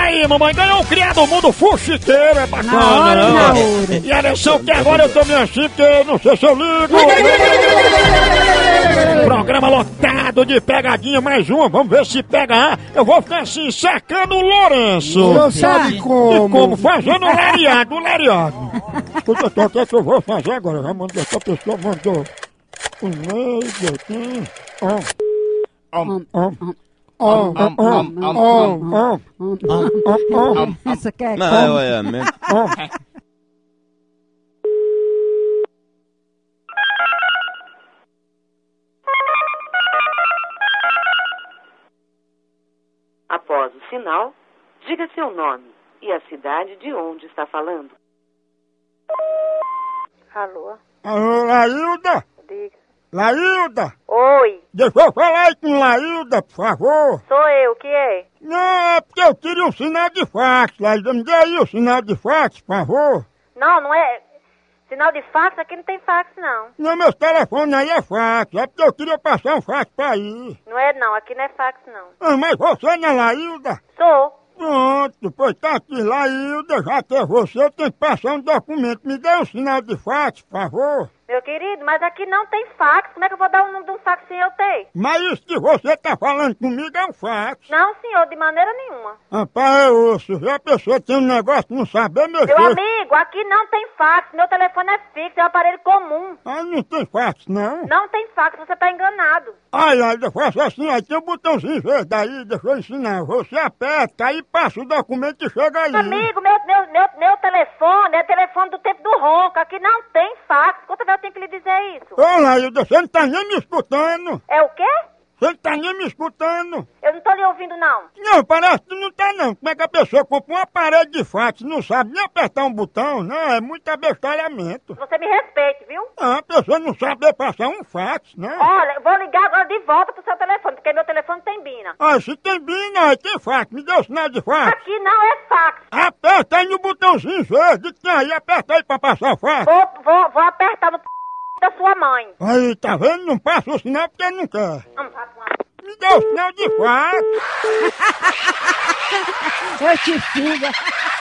aí, mamãe, ganhou um criado mundo fuxiqueiro, é bacana, né? E atenção que agora eu tô meio assim, porque não sei se eu ligo. Programa lotado de pegadinha, mais uma, vamos ver se pega. Eu vou ficar assim, sacando o Lourenço. Não sabe como. E como? Fazendo o lariado, o lariado. Escuta, o que é que eu vou fazer agora? Já mandou, essa pessoa mandou um e-mail aqui. Essa quer Não, é mesmo. Após o sinal, diga seu nome e a cidade de onde está falando. Alô? Alô, Laílda? Diga. Laílda? Oi, Deixa eu falar aí com Laílda, por favor. sou eu, o que é? Não, é porque eu queria um sinal de fax, Laílda. Me dê aí o sinal de fax, por favor. Não, não é... Sinal de fax? Aqui não tem fax, não. Não, meu telefone aí é fax. É porque eu queria passar um fax pra aí. Não é não, aqui não é fax, não. Ah, mas você não é Laílda? Sou. Pronto, pois tá aqui, Laílda, já que é você, tem que passar um documento. Me dê um sinal de fax, por favor. Meu querido, mas aqui não tem fax. Como é que eu vou dar o número de um fax sem eu ter? Mas isso que você tá falando comigo é um fax. Não, senhor, de maneira nenhuma. Rapaz, é osso. Já a pessoa tem um negócio de não saber mexer. Meu amigo, aqui não tem fax. Meu telefone é fixo, é um aparelho comum. Ah, não tem fax, não? Não tem fax, você tá enganado. Ai, faça assim, aí tem um botãozinho verde aí, deixa eu ensinar. Você aperta, aí passa o documento e chega aí. Meu amigo, meu telefone é telefone do tempo do ronco. Aqui não tem fax. Quanto eu tenho que lhe dizer isso? Ô, Laílda, você não tá nem me escutando. É o quê? Você não tá nem me escutando. Eu não tô lhe ouvindo, não. Não, parece que não tá não. Como é que a pessoa compra um aparelho de fax e não sabe nem apertar um botão? Não, é muito abestalhamento. Você me respeite, viu? Ah, a pessoa não sabe passar um fax, né? Olha, eu vou ligar agora de volta pro seu telefone, porque meu telefone tem bina. Ah, se tem bina, aí tem fax. Me dê o sinal de fax. Aqui não é fax. Aperta aí no botãozinho verde que tem aí, aperta aí pra passar o fax. Vou apertar no p... da sua mãe. Aí, tá vendo? Não passa o sinal porque não quer. Vamos lá com Me dê o sinal de fax. Eu te figo.